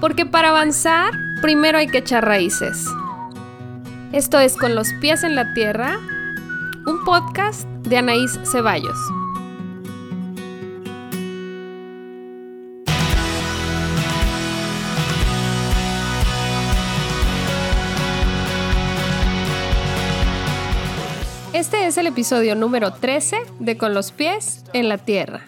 Porque para avanzar, primero hay que echar raíces. Esto es Con los pies en la tierra, un podcast de Anaís Ceballos. Este es el episodio número 13 de Con los pies en la tierra.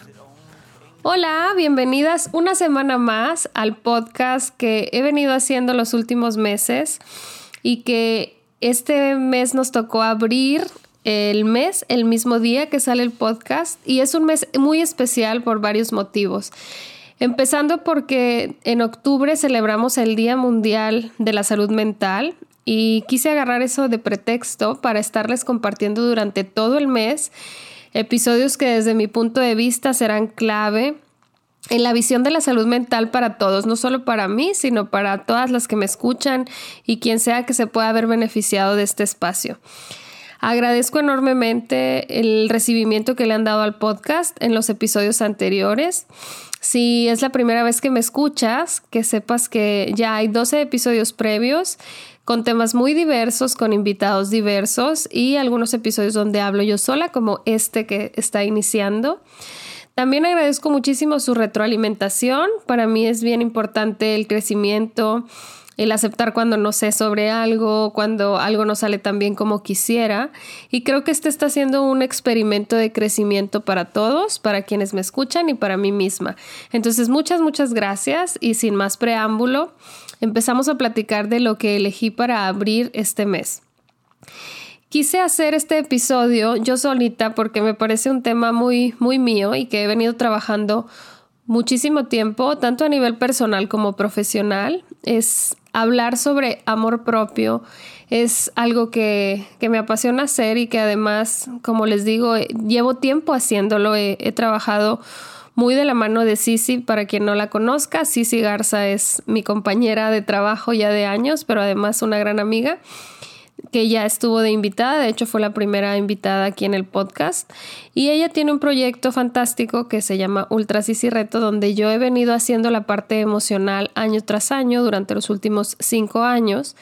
Hola, bienvenidas una semana más al podcast que he venido haciendo los últimos meses y que este mes nos tocó abrir el mismo día que sale el podcast, y es un mes muy especial por varios motivos. Empezando porque en octubre celebramos el Día Mundial de la Salud Mental y quise agarrar eso de pretexto para estarles compartiendo durante todo el mes episodios que desde mi punto de vista serán clave en la visión de la salud mental para todos, no solo para mí, sino para todas las que me escuchan y quien sea que se pueda haber beneficiado de este espacio. Agradezco enormemente el recibimiento que le han dado al podcast en los episodios anteriores. Si es la primera vez que me escuchas, que sepas que ya hay 12 episodios previos con temas muy diversos, con invitados diversos y algunos episodios donde hablo yo sola, como este que está iniciando. También agradezco muchísimo su retroalimentación. Para mí es bien importante el crecimiento, el aceptar cuando no sé sobre algo, cuando algo no sale tan bien como quisiera. Y creo que este está siendo un experimento de crecimiento para todos, para quienes me escuchan y para mí misma. Entonces, muchas gracias, y sin más preámbulo, empezamos a platicar de lo que elegí para abrir este mes. Quise hacer este episodio yo solita porque me parece un tema muy mío y que he venido trabajando muchísimo tiempo, tanto a nivel personal como profesional. Es hablar sobre amor propio, es algo que me apasiona hacer y que además, como les digo, llevo tiempo haciéndolo. He trabajado muy de la mano de Sisi. Para quien no la conozca, Sisi Garza es mi compañera de trabajo ya de años, pero además una gran amiga que ya estuvo de invitada. De hecho, fue la primera invitada aquí en el podcast. Y ella tiene un proyecto fantástico que se llama Ultra Sisi Reto, donde yo he venido haciendo la parte emocional año tras año durante los últimos 5 años.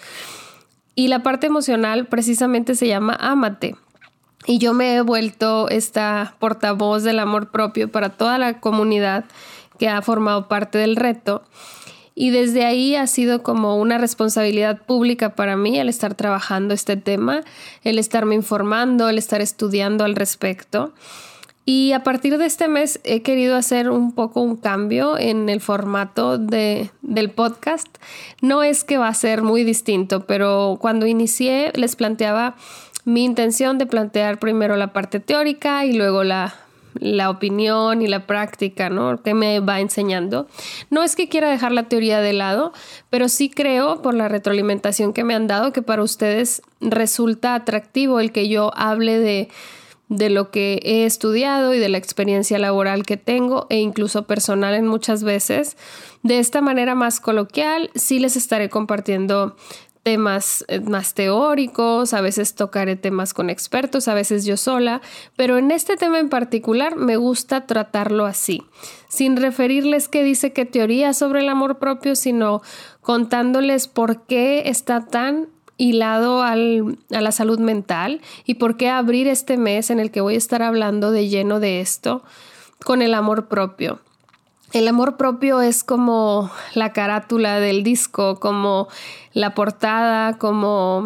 Y la parte emocional precisamente se llama Ámate. Y yo me he vuelto esta portavoz del amor propio para toda la comunidad que ha formado parte del reto. Y desde ahí ha sido como una responsabilidad pública para mí el estar trabajando este tema, el estarme informando, el estar estudiando al respecto. Y a partir de este mes he querido hacer un poco un cambio en el formato del podcast. No es que va a ser muy distinto, pero cuando inicié les planteaba mi intención de plantear primero la parte teórica y luego la opinión y la práctica, ¿no? Que me va enseñando. No es que quiera dejar la teoría de lado, pero sí creo, por la retroalimentación que me han dado, que para ustedes resulta atractivo el que yo hable de lo que he estudiado y de la experiencia laboral que tengo, e incluso personal en muchas veces. De esta manera más coloquial, sí les estaré compartiendo temas más teóricos, a veces tocaré temas con expertos, a veces yo sola, pero en este tema en particular me gusta tratarlo así, sin referirles qué dice qué teoría sobre el amor propio, sino contándoles por qué está tan hilado a la salud mental y por qué abrir este mes en el que voy a estar hablando de lleno de esto con el amor propio. El amor propio es como la carátula del disco, como la portada, como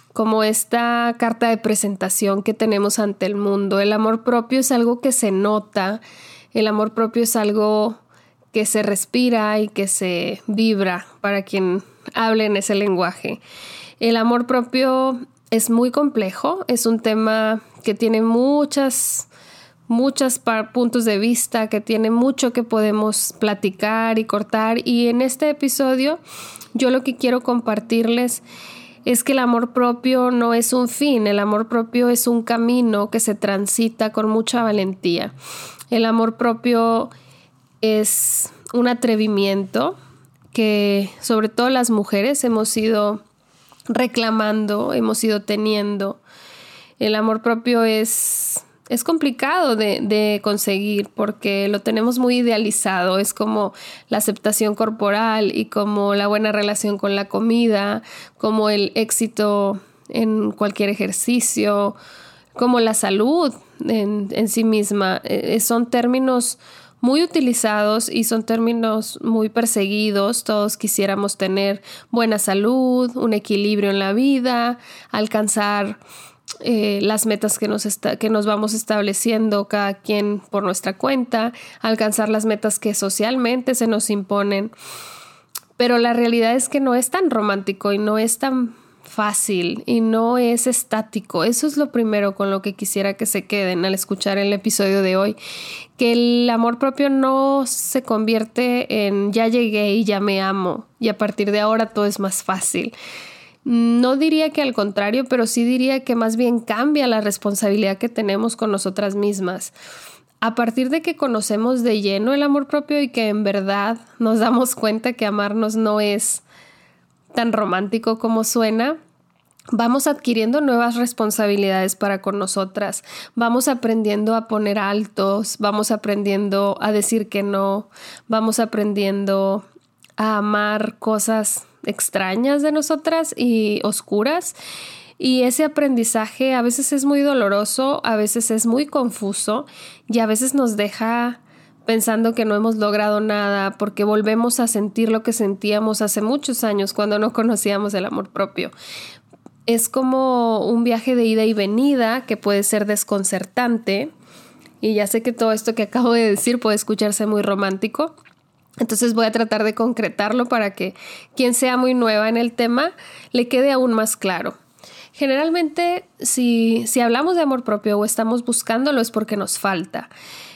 esta carta de presentación que tenemos ante el mundo. El amor propio es algo que se nota, el amor propio es algo que se respira y que se vibra para quien hable en ese lenguaje. El amor propio es muy complejo, es un tema que tiene muchos puntos de vista, que tiene mucho que podemos platicar y cortar, y en este episodio yo lo que quiero compartirles es que el amor propio no es un fin, el amor propio es un camino que se transita con mucha valentía. El amor propio es un atrevimiento que sobre todo las mujeres hemos ido reclamando, hemos ido teniendo. El amor propio es es complicado de conseguir porque lo tenemos muy idealizado. Es como la aceptación corporal y como la buena relación con la comida, como el éxito en cualquier ejercicio, como la salud en sí misma. Son términos muy utilizados y son términos muy perseguidos. Todos quisiéramos tener buena salud, un equilibrio en la vida, alcanzar las metas que nos vamos estableciendo cada quien por nuestra cuenta, alcanzar las metas que socialmente se nos imponen. Pero la realidad es que no es tan romántico y no es tan fácil y no es estático. Eso es lo primero con lo que quisiera que se queden al escuchar el episodio de hoy, que el amor propio no se convierte en ya llegué y ya me amo y a partir de ahora todo es más fácil. No diría que al contrario, pero sí diría que más bien cambia la responsabilidad que tenemos con nosotras mismas. A partir de que conocemos de lleno el amor propio y que en verdad nos damos cuenta que amarnos no es tan romántico como suena, vamos adquiriendo nuevas responsabilidades para con nosotras, vamos aprendiendo a poner altos, vamos aprendiendo a decir que no, vamos aprendiendo a amar cosas extrañas de nosotras y oscuras. Y ese aprendizaje a veces es muy doloroso, a veces es muy confuso y a veces nos deja pensando que no hemos logrado nada porque volvemos a sentir lo que sentíamos hace muchos años cuando no conocíamos el amor propio. Es como un viaje de ida y venida que puede ser desconcertante. Y ya sé que todo esto que acabo de decir puede escucharse muy romántico. Entonces voy a tratar de concretarlo para que quien sea muy nueva en el tema le quede aún más claro. Generalmente, si hablamos de amor propio o estamos buscándolo es porque nos falta.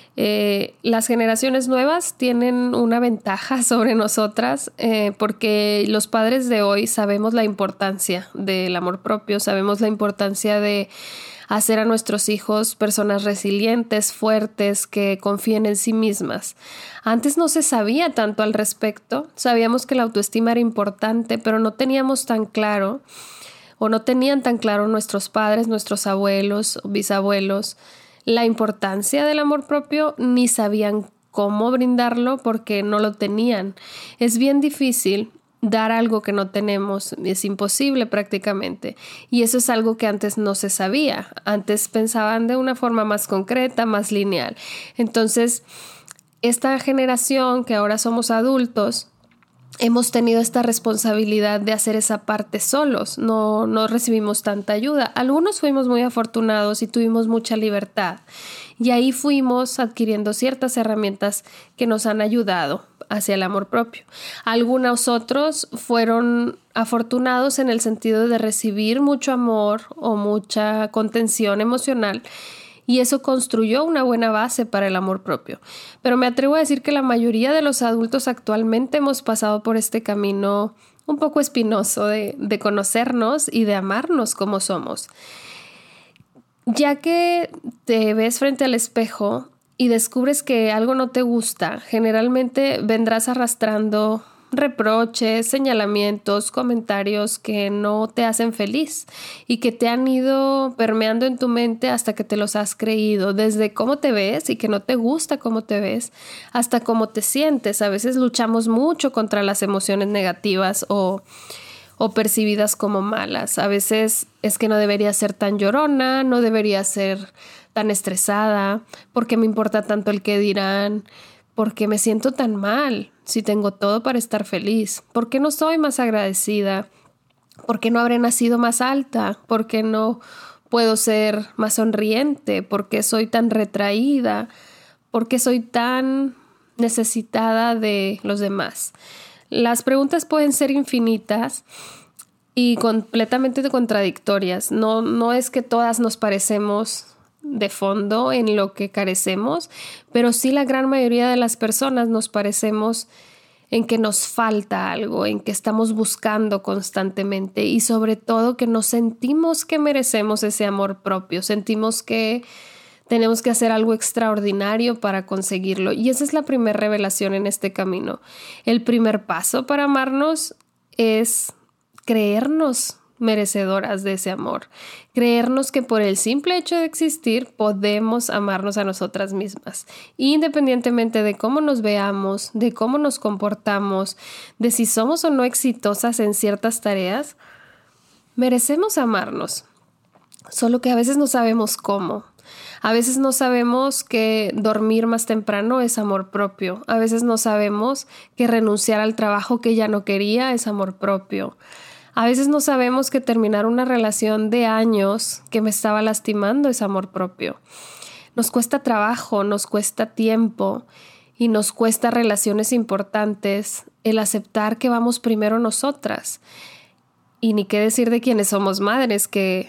Las generaciones nuevas tienen una ventaja sobre nosotras porque los padres de hoy sabemos la importancia del amor propio, sabemos la importancia de hacer a nuestros hijos personas resilientes, fuertes, que confíen en sí mismas. Antes no se sabía tanto al respecto, sabíamos que la autoestima era importante, pero no teníamos tan claro o no tenían tan claro nuestros padres, nuestros abuelos, bisabuelos, la importancia del amor propio, ni sabían cómo brindarlo porque no lo tenían. Es bien difícil dar algo que no tenemos, es imposible prácticamente. Y eso es algo que antes no se sabía. Antes pensaban de una forma más concreta, más lineal. Entonces, esta generación que ahora somos adultos, hemos tenido esta responsabilidad de hacer esa parte solos, no recibimos tanta ayuda. Algunos fuimos muy afortunados y tuvimos mucha libertad y ahí fuimos adquiriendo ciertas herramientas que nos han ayudado hacia el amor propio. Algunos otros fueron afortunados en el sentido de recibir mucho amor o mucha contención emocional y eso construyó una buena base para el amor propio. Pero me atrevo a decir que la mayoría de los adultos actualmente hemos pasado por este camino un poco espinoso de conocernos y de amarnos como somos. Ya que te ves frente al espejo y descubres que algo no te gusta, generalmente vendrás arrastrando reproches, señalamientos, comentarios que no te hacen feliz y que te han ido permeando en tu mente hasta que te los has creído, desde cómo te ves y que no te gusta cómo te ves, hasta cómo te sientes. A veces luchamos mucho contra las emociones negativas o percibidas como malas. A veces es que no debería ser tan llorona, no debería ser tan estresada, porque me importa tanto el qué dirán, porque me siento tan mal si tengo todo para estar feliz, ¿por qué no soy más agradecida? ¿Por qué no habré nacido más alta? ¿Por qué no puedo ser más sonriente? ¿Por qué soy tan retraída? ¿Por qué soy tan necesitada de los demás? Las preguntas pueden ser infinitas y completamente contradictorias. No es que todas nos parecemos de fondo en lo que carecemos, pero sí la gran mayoría de las personas nos parecemos en que nos falta algo, en que estamos buscando constantemente y sobre todo que nos sentimos que merecemos ese amor propio, sentimos que tenemos que hacer algo extraordinario para conseguirlo y esa es la primera revelación en este camino. El primer paso para amarnos es creernos merecedoras de ese amor. Creernos que por el simple hecho de existir podemos amarnos a nosotras mismas, independientemente de cómo nos veamos, de cómo nos comportamos, de si somos o no exitosas en ciertas tareas. Merecemos amarnos, solo que a veces no sabemos cómo. A veces no sabemos que dormir más temprano es amor propio. A veces no sabemos que renunciar al trabajo que ya no quería es amor propio. A veces no sabemos que terminar una relación de años que me estaba lastimando es amor propio. Nos cuesta trabajo, nos cuesta tiempo y nos cuesta relaciones importantes el aceptar que vamos primero nosotras. Y ni qué decir de quienes somos madres, que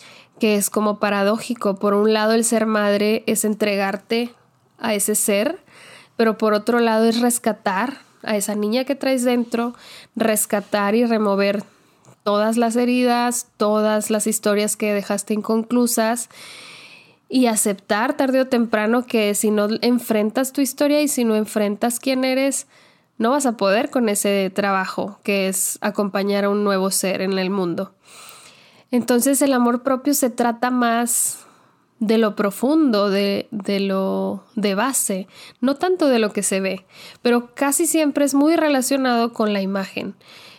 es como paradójico. Por un lado, el ser madre es entregarte a ese ser, pero por otro lado es rescatar a esa niña que traes dentro, rescatar y remover todas las heridas, todas las historias que dejaste inconclusas y aceptar tarde o temprano que si no enfrentas tu historia y si no enfrentas quién eres, no vas a poder con ese trabajo que es acompañar a un nuevo ser en el mundo. Entonces el amor propio se trata más de lo profundo, de lo de base, no tanto de lo que se ve, pero casi siempre es muy relacionado con la imagen.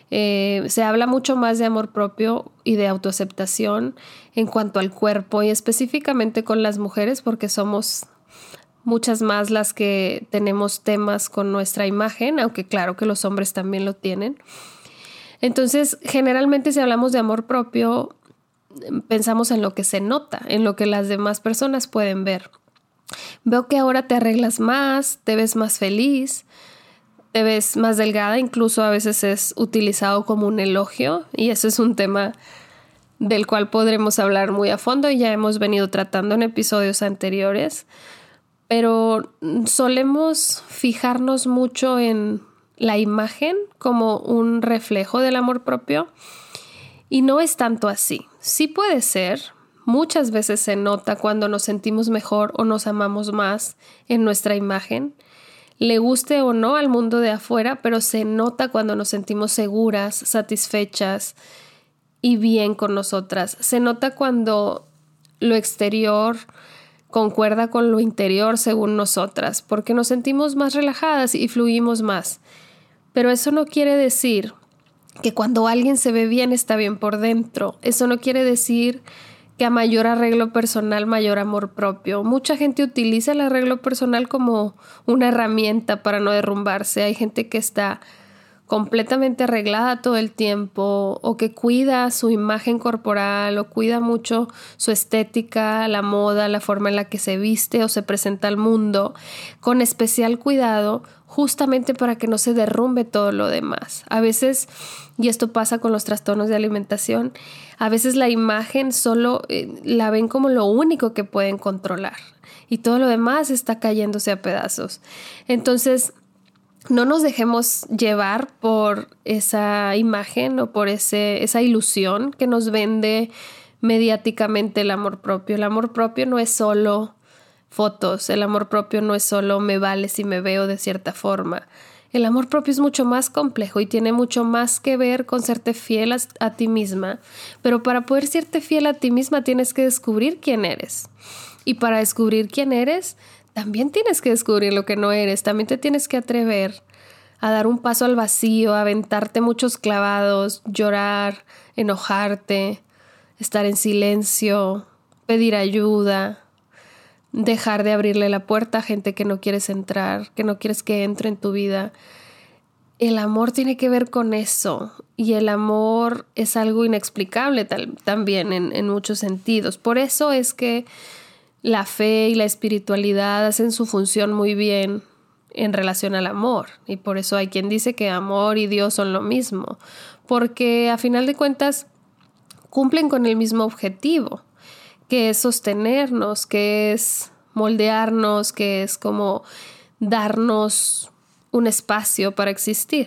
Se habla mucho más de amor propio y de autoaceptación en cuanto al cuerpo y específicamente con las mujeres porque somos muchas más las que tenemos temas con nuestra imagen, aunque claro que los hombres también lo tienen. Entonces, generalmente si hablamos de amor propio, pensamos en lo que se nota, en lo que las demás personas pueden ver. Veo que ahora te arreglas más, te ves más feliz, te ves más delgada, incluso a veces es utilizado como un elogio y eso es un tema del cual podremos hablar muy a fondo y ya hemos venido tratando en episodios anteriores, pero solemos fijarnos mucho en la imagen como un reflejo del amor propio y no es tanto así. Sí puede ser, muchas veces se nota cuando nos sentimos mejor o nos amamos más en nuestra imagen, le guste o no al mundo de afuera, pero se nota cuando nos sentimos seguras, satisfechas y bien con nosotras. Se nota cuando lo exterior concuerda con lo interior según nosotras, porque nos sentimos más relajadas y fluimos más. Pero eso no quiere decir que cuando alguien se ve bien está bien por dentro. Eso no quiere decir que a mayor arreglo personal, mayor amor propio. Mucha gente utiliza el arreglo personal como una herramienta para no derrumbarse. Hay gente que está completamente arreglada todo el tiempo o que cuida su imagen corporal o cuida mucho su estética, la moda, la forma en la que se viste o se presenta al mundo, con especial cuidado justamente para que no se derrumbe todo lo demás. A veces, y esto pasa con los trastornos de alimentación, a veces la imagen solo la ven como lo único que pueden controlar y todo lo demás está cayéndose a pedazos. Entonces, no nos dejemos llevar por esa imagen o por esa ilusión que nos vende mediáticamente el amor propio. El amor propio no es solo fotos, el amor propio no es solo me vale si me veo de cierta forma. El amor propio es mucho más complejo y tiene mucho más que ver con serte fiel a ti misma. Pero para poder serte fiel a ti misma tienes que descubrir quién eres. Y para descubrir quién eres, también tienes que descubrir lo que no eres. También te tienes que atrever a dar un paso al vacío, a aventarte muchos clavados, llorar, enojarte, estar en silencio, pedir ayuda, dejar de abrirle la puerta a gente que no quieres entrar, que no quieres que entre en tu vida. El amor tiene que ver con eso y el amor es algo inexplicable también en muchos sentidos. Por eso es que la fe y la espiritualidad hacen su función muy bien en relación al amor. Y por eso hay quien dice que amor y Dios son lo mismo. Porque a final de cuentas cumplen con el mismo objetivo, que es sostenernos, que es moldearnos, que es como darnos un espacio para existir.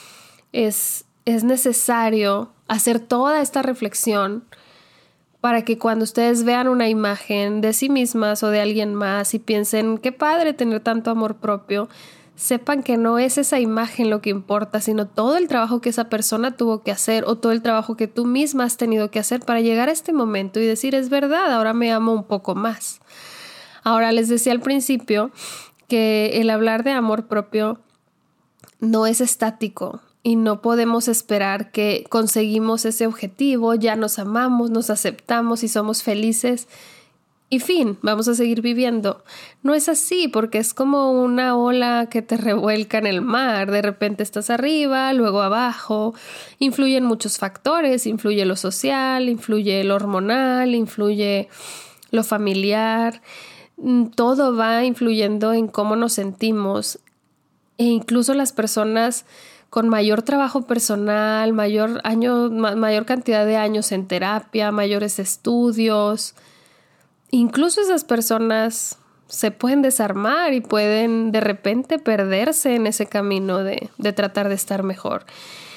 Es necesario hacer toda esta reflexión para que cuando ustedes vean una imagen de sí mismas o de alguien más y piensen, qué padre tener tanto amor propio, sepan que no es esa imagen lo que importa, sino todo el trabajo que esa persona tuvo que hacer o todo el trabajo que tú misma has tenido que hacer para llegar a este momento y decir, es verdad, ahora me amo un poco más. Ahora, les decía al principio que el hablar de amor propio no es estático y no podemos esperar que conseguimos ese objetivo, ya nos amamos, nos aceptamos y somos felices y fin, vamos a seguir viviendo. No es así porque es como una ola que te revuelca en el mar. De repente estás arriba, luego abajo. Influyen muchos factores, influye lo social, influye lo hormonal, influye lo familiar. Todo va influyendo en cómo nos sentimos e incluso las personas con mayor trabajo personal, mayor cantidad de años en terapia, mayores estudios. Incluso esas personas se pueden desarmar y pueden de repente perderse en ese camino de tratar de estar mejor.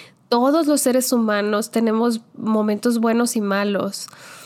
Todos los seres humanos tenemos momentos buenos y malos.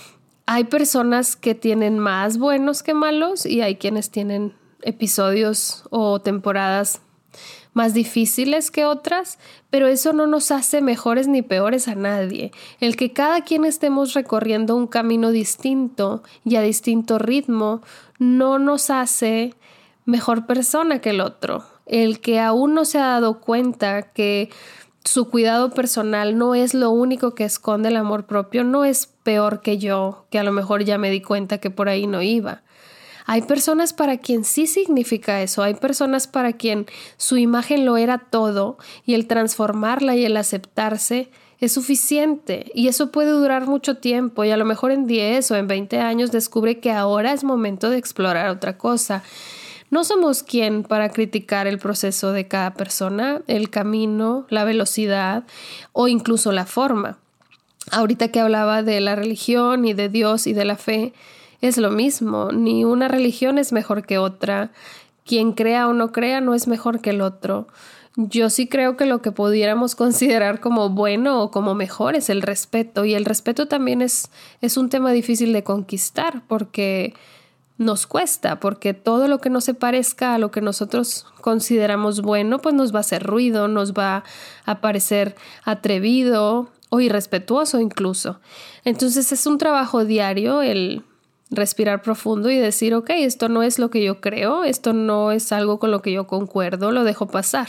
Hay personas que tienen más buenos que malos y hay quienes tienen episodios o temporadas más difíciles que otras, pero eso no nos hace mejores ni peores a nadie. El que cada quien estemos recorriendo un camino distinto y a distinto ritmo no nos hace mejor persona que el otro. El que aún no se ha dado cuenta que su cuidado personal no es lo único que esconde el amor propio, no es peor que yo, que a lo mejor ya me di cuenta que por ahí no iba. Hay personas para quien sí significa eso, hay personas para quien su imagen lo era todo y el transformarla y el aceptarse es suficiente y eso puede durar mucho tiempo y a lo mejor en 10 o en 20 años descubre que ahora es momento de explorar otra cosa. No somos quien para criticar el proceso de cada persona, el camino, la velocidad o incluso la forma. Ahorita que hablaba de la religión y de Dios y de la fe, es lo mismo, ni una religión es mejor que otra. Quien crea o no crea no es mejor que el otro. Yo sí creo que lo que pudiéramos considerar como bueno o como mejor es el respeto. Y el respeto también es un tema difícil de conquistar porque nos cuesta, porque todo lo que no se parezca a lo que nosotros consideramos bueno, pues nos va a hacer ruido, nos va a parecer atrevido o irrespetuoso incluso. Entonces es un trabajo diario el respirar profundo y decir, ok, esto no es lo que yo creo, esto no es algo con lo que yo concuerdo, lo dejo pasar.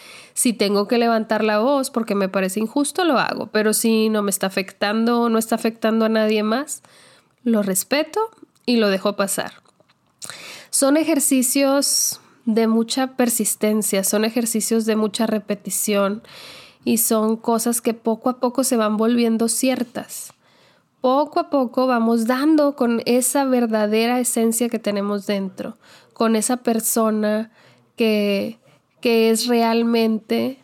Si tengo que levantar la voz porque me parece injusto, lo hago, pero si no me está afectando o no está afectando a nadie más, lo respeto y lo dejo pasar. Son ejercicios de mucha persistencia, son ejercicios de mucha repetición y son cosas que poco a poco se van volviendo ciertas. Poco a poco vamos dando con esa verdadera esencia que tenemos dentro, con esa persona que es realmente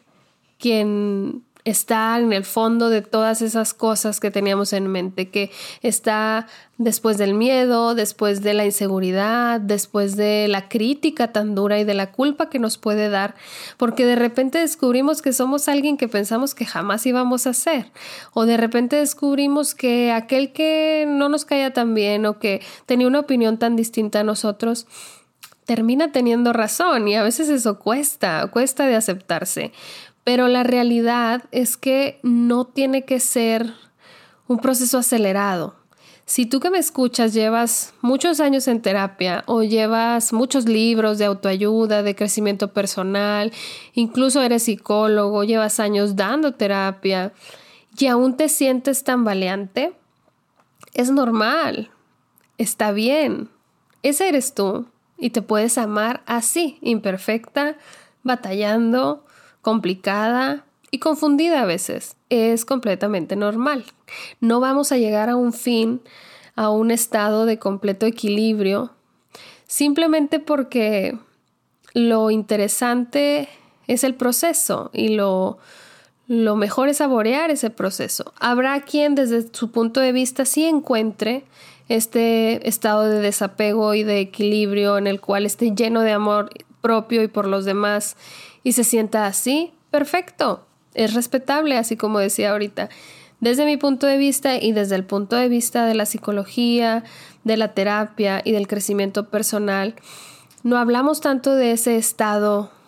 quien está en el fondo de todas esas cosas que teníamos en mente, que está después del miedo, después de la inseguridad, después de la crítica tan dura y de la culpa que nos puede dar, porque de repente descubrimos que somos alguien que pensamos que jamás íbamos a ser, o de repente descubrimos que aquel que no nos caía tan bien o que tenía una opinión tan distinta a nosotros, termina teniendo razón y a veces eso cuesta de aceptarse. Pero la realidad es que no tiene que ser un proceso acelerado. Si tú que me escuchas llevas muchos años en terapia o llevas muchos libros de autoayuda, de crecimiento personal, incluso eres psicólogo, llevas años dando terapia y aún te sientes tambaleante, es normal, está bien, ese eres tú y te puedes amar así, imperfecta, batallando, complicada y confundida a veces. Es completamente normal. No vamos a llegar a un fin, a un estado de completo equilibrio, simplemente porque lo interesante es el proceso y lo mejor es saborear ese proceso. Habrá quien desde su punto de vista sí encuentre este estado de desapego y de equilibrio en el cual esté lleno de amor propio y por los demás y se sienta así, perfecto, es respetable, así como decía ahorita. Desde mi punto de vista y desde el punto de vista de la psicología, de la terapia y del crecimiento personal, no hablamos tanto de ese estado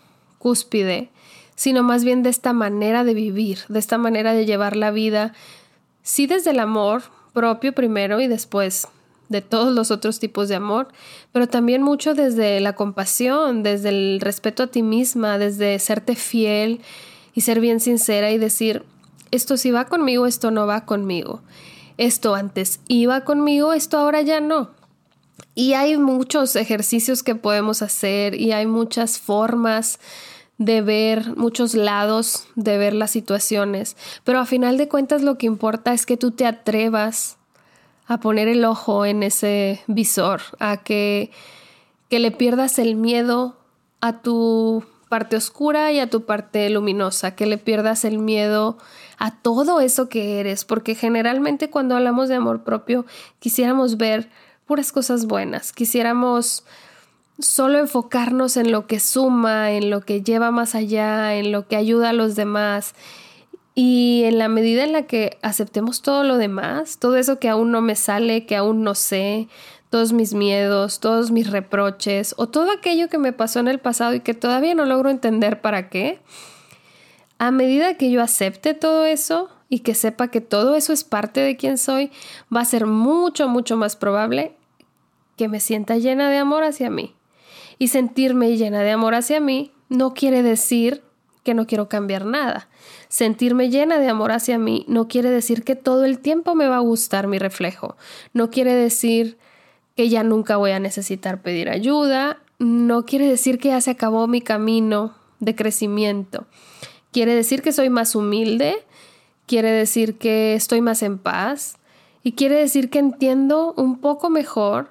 cúspide, sino más bien de esta manera de vivir, de esta manera de llevar la vida, sí desde el amor propio primero y después de todos los otros tipos de amor, pero también mucho desde la compasión, desde el respeto a ti misma, desde serte fiel y ser bien sincera y decir, esto sí va conmigo, esto no va conmigo. Esto antes iba conmigo, esto ahora ya no. Y hay muchos ejercicios que podemos hacer y hay muchas formas de ver, muchos lados de ver las situaciones, pero a final de cuentas lo que importa es que tú te atrevas a poner el ojo en ese visor, a que le pierdas el miedo a tu parte oscura y a tu parte luminosa, que le pierdas el miedo a todo eso que eres, porque generalmente cuando hablamos de amor propio quisiéramos ver puras cosas buenas, quisiéramos solo enfocarnos en lo que suma, en lo que lleva más allá, en lo que ayuda a los demás. Y en la medida en la que aceptemos todo lo demás, todo eso que aún no me sale, que aún no sé, todos mis miedos, todos mis reproches o todo aquello que me pasó en el pasado y que todavía no logro entender para qué, a medida que yo acepte todo eso y que sepa que todo eso es parte de quien soy, va a ser mucho, mucho más probable que me sienta llena de amor hacia mí. Y sentirme llena de amor hacia mí no quiere decir que no quiero cambiar nada. Sentirme llena de amor hacia mí no quiere decir que todo el tiempo me va a gustar mi reflejo. No quiere decir que ya nunca voy a necesitar pedir ayuda. No quiere decir que ya se acabó mi camino de crecimiento. Quiere decir que soy más humilde. Quiere decir que estoy más en paz. Y quiere decir que entiendo un poco mejor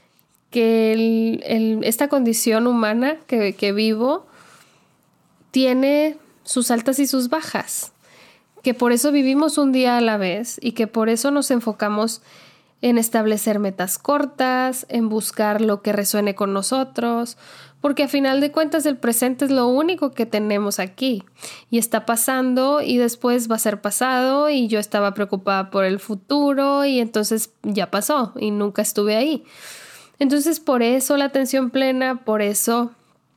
que esta condición humana que vivo tiene sus altas y sus bajas, que por eso vivimos un día a la vez y que por eso nos enfocamos en establecer metas cortas, en buscar lo que resuene con nosotros, porque a final de cuentas el presente es lo único que tenemos aquí y está pasando y después va a ser pasado y yo estaba preocupada por el futuro y entonces ya pasó y nunca estuve ahí. Entonces por eso la atención plena, por eso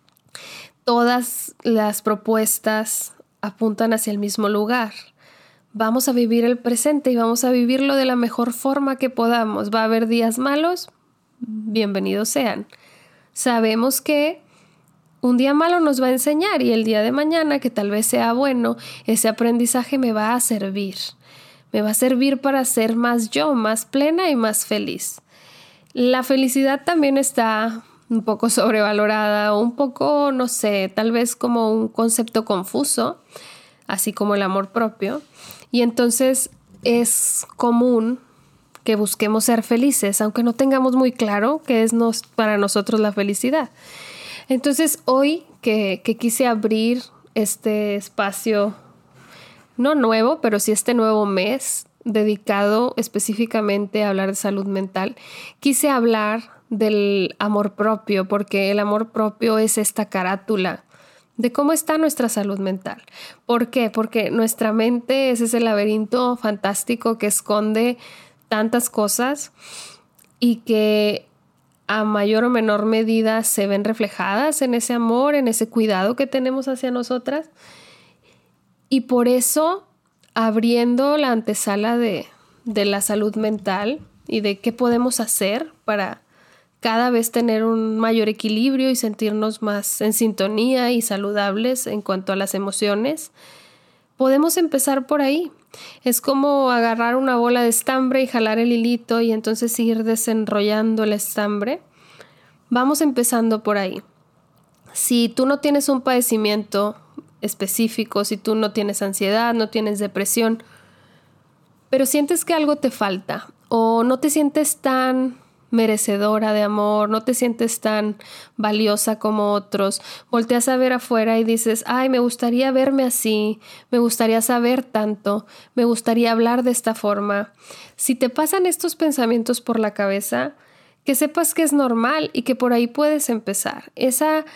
todas las propuestas apuntan hacia el mismo lugar. Vamos a vivir el presente y vamos a vivirlo de la mejor forma que podamos. ¿Va a haber días malos? Bienvenidos sean. Sabemos que un día malo nos va a enseñar y el día de mañana, que tal vez sea bueno, ese aprendizaje me va a servir. Me va a servir para ser más yo, más plena y más feliz. La felicidad también está un poco sobrevalorada o un poco, no sé, tal vez como un concepto confuso, así como el amor propio. Y entonces es común que busquemos ser felices, aunque no tengamos muy claro qué es para nosotros la felicidad. Entonces hoy que quise abrir este espacio, no nuevo, pero sí este nuevo mes dedicado específicamente a hablar de salud mental, quise hablar del amor propio, porque el amor propio es esta carátula de cómo está nuestra salud mental. ¿Por qué? Porque nuestra mente es ese laberinto fantástico que esconde tantas cosas y que a mayor o menor medida se ven reflejadas en ese amor, en ese cuidado que tenemos hacia nosotras. Y por eso, abriendo la antesala de la salud mental y de qué podemos hacer para cada vez tener un mayor equilibrio y sentirnos más en sintonía y saludables en cuanto a las emociones, podemos empezar por ahí. Es como agarrar una bola de estambre y jalar el hilito y entonces ir desenrollando el estambre. Vamos empezando por ahí. Si tú no tienes un padecimiento específico, si tú no tienes ansiedad, no tienes depresión, pero sientes que algo te falta o no te sientes tan merecedora de amor, no te sientes tan valiosa como otros, volteas a ver afuera y dices, ay, me gustaría verme así, me gustaría saber tanto, me gustaría hablar de esta forma. Si te pasan estos pensamientos por la cabeza, que sepas que es normal y que por ahí puedes empezar. Esa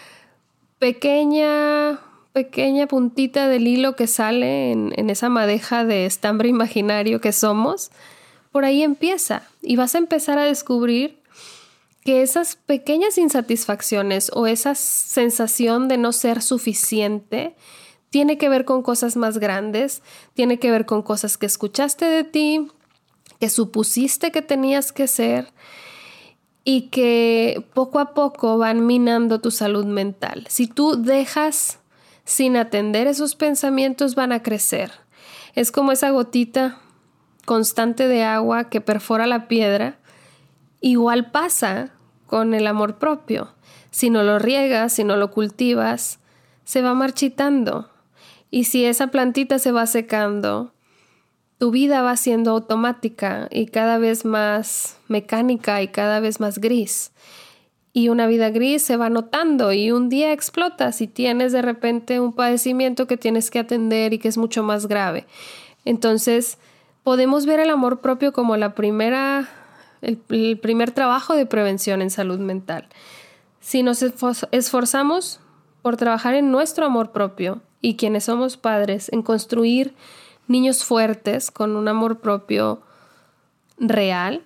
pequeña puntita del hilo que sale en esa madeja de estambre imaginario que somos, por ahí empieza y vas a empezar a descubrir que esas pequeñas insatisfacciones o esa sensación de no ser suficiente tiene que ver con cosas más grandes, tiene que ver con cosas que escuchaste de ti, que supusiste que tenías que ser y que poco a poco van minando tu salud mental. Si tú dejas sin atender esos pensamientos, van a crecer. Es como esa gotita constante de agua que perfora la piedra. Igual pasa con el amor propio. Si no lo riegas, si no lo cultivas, se va marchitando. Y si esa plantita se va secando, tu vida va siendo automática y cada vez más mecánica y cada vez más gris. Y una vida gris se va notando y un día explota si tienes de repente un padecimiento que tienes que atender y que es mucho más grave. Entonces, podemos ver el amor propio como el primer trabajo de prevención en salud mental. Si nos esforzamos por trabajar en nuestro amor propio y quienes somos padres en construir niños fuertes con un amor propio real,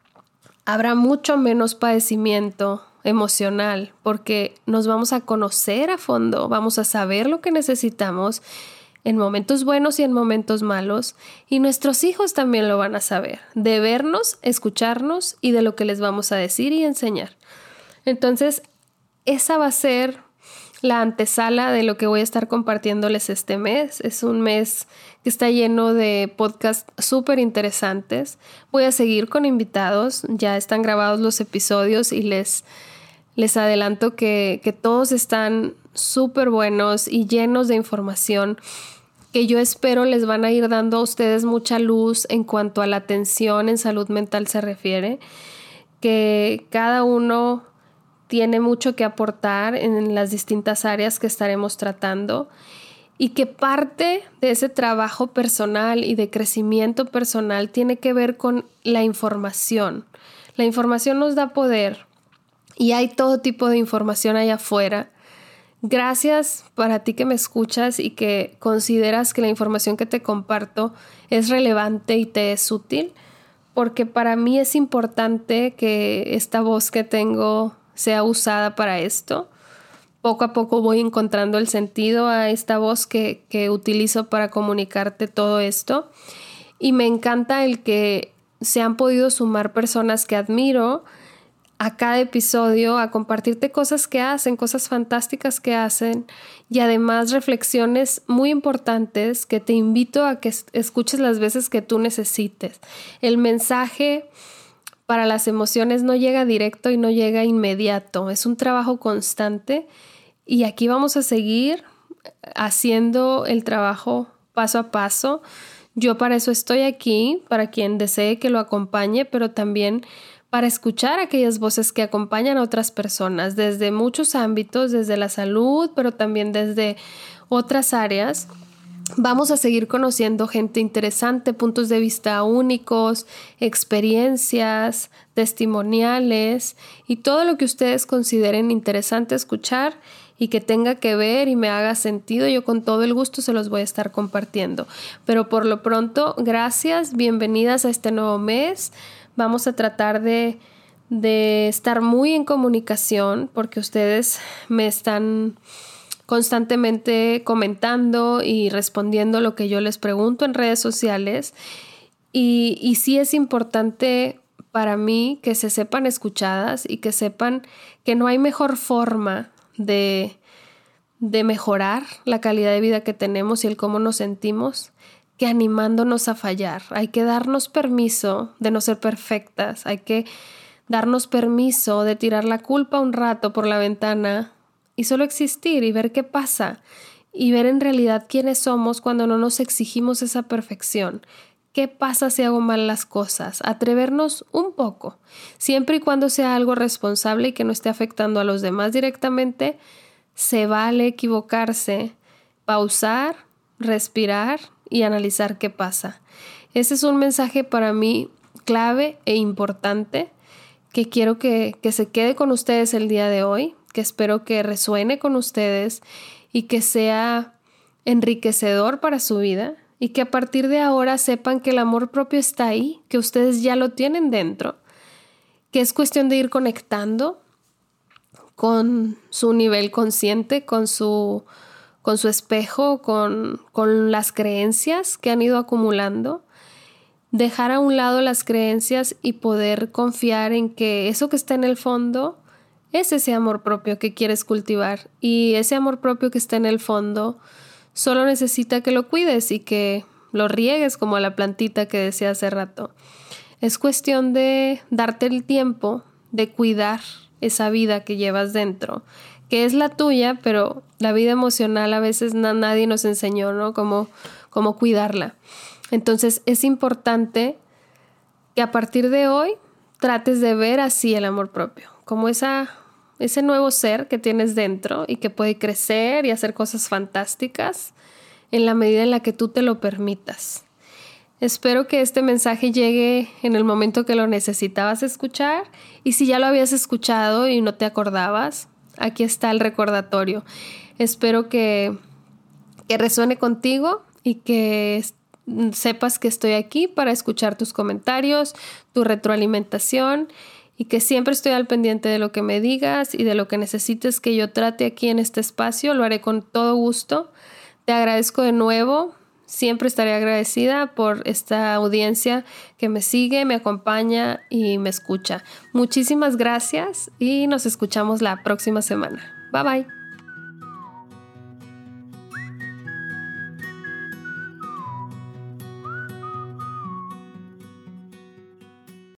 habrá mucho menos padecimiento emocional porque nos vamos a conocer a fondo, vamos a saber lo que necesitamos en momentos buenos y en momentos malos, y nuestros hijos también lo van a saber, de vernos, escucharnos y de lo que les vamos a decir y enseñar. Entonces, esa va a ser la antesala de lo que voy a estar compartiéndoles este mes. Es un mes que está lleno de podcasts súper interesantes. Voy a seguir con invitados, ya están grabados los episodios y les adelanto que todos están súper buenos y llenos de información que yo espero les van a ir dando a ustedes mucha luz en cuanto a la atención en salud mental se refiere, que cada uno tiene mucho que aportar en las distintas áreas que estaremos tratando y que parte de ese trabajo personal y de crecimiento personal tiene que ver con la información. La información nos da poder y hay todo tipo de información allá afuera. Gracias para ti que me escuchas y que consideras que la información que te comparto es relevante y te es útil, porque para mí es importante que esta voz que tengo sea usada para esto. Poco a poco voy encontrando el sentido a esta voz que utilizo para comunicarte todo esto. Y me encanta el que se han podido sumar personas que admiro a cada episodio a compartirte cosas que hacen, cosas fantásticas que hacen y además reflexiones muy importantes que te invito a que escuches las veces que tú necesites. El mensaje para las emociones no llega directo y no llega inmediato. Es un trabajo constante y aquí vamos a seguir haciendo el trabajo paso a paso. Yo para eso estoy aquí, para quien desee que lo acompañe, pero también para escuchar aquellas voces que acompañan a otras personas desde muchos ámbitos, desde la salud, pero también desde otras áreas. Vamos a seguir conociendo gente interesante, puntos de vista únicos, experiencias, testimoniales y todo lo que ustedes consideren interesante escuchar y que tenga que ver y me haga sentido, yo con todo el gusto se los voy a estar compartiendo. Pero por lo pronto, gracias, bienvenidas a este nuevo mes. Vamos a tratar de estar muy en comunicación porque ustedes me están constantemente comentando y respondiendo lo que yo les pregunto en redes sociales y sí es importante para mí que se sepan escuchadas y que sepan que no hay mejor forma de mejorar la calidad de vida que tenemos y el cómo nos sentimos que animándonos a fallar. Hay que darnos permiso de no ser perfectas, hay que darnos permiso de tirar la culpa un rato por la ventana y solo existir y ver qué pasa y ver en realidad quiénes somos cuando no nos exigimos esa perfección. ¿Qué pasa si hago mal las cosas? Atrevernos un poco, siempre y cuando sea algo responsable y que no esté afectando a los demás directamente. Se vale equivocarse, pausar, respirar y analizar qué pasa. Ese es un mensaje para mí clave e importante que quiero que se quede con ustedes el día de hoy, que espero que resuene con ustedes y que sea enriquecedor para su vida y que a partir de ahora sepan que el amor propio está ahí, que ustedes ya lo tienen dentro, que es cuestión de ir conectando con su nivel consciente, con su espejo, con las creencias que han ido acumulando. Dejar a un lado las creencias y poder confiar en que eso que está en el fondo es ese amor propio que quieres cultivar. Y ese amor propio que está en el fondo solo necesita que lo cuides y que lo riegues como a la plantita que decía hace rato. Es cuestión de darte el tiempo de cuidar esa vida que llevas dentro, que es la tuya, pero la vida emocional a veces nadie nos enseñó, ¿no? Cómo cuidarla. Entonces es importante que a partir de hoy trates de ver así el amor propio, como ese nuevo ser que tienes dentro y que puede crecer y hacer cosas fantásticas en la medida en la que tú te lo permitas. Espero que este mensaje llegue en el momento que lo necesitabas escuchar, y si ya lo habías escuchado y no te acordabas, aquí está el recordatorio. Espero que resuene contigo y que sepas que estoy aquí para escuchar tus comentarios, tu retroalimentación, y que siempre estoy al pendiente de lo que me digas y de lo que necesites que yo trate aquí en este espacio. Lo haré con todo gusto. Te agradezco de nuevo. Siempre estaré agradecida por esta audiencia que me sigue, me acompaña y me escucha. Muchísimas gracias y nos escuchamos la próxima semana. Bye bye.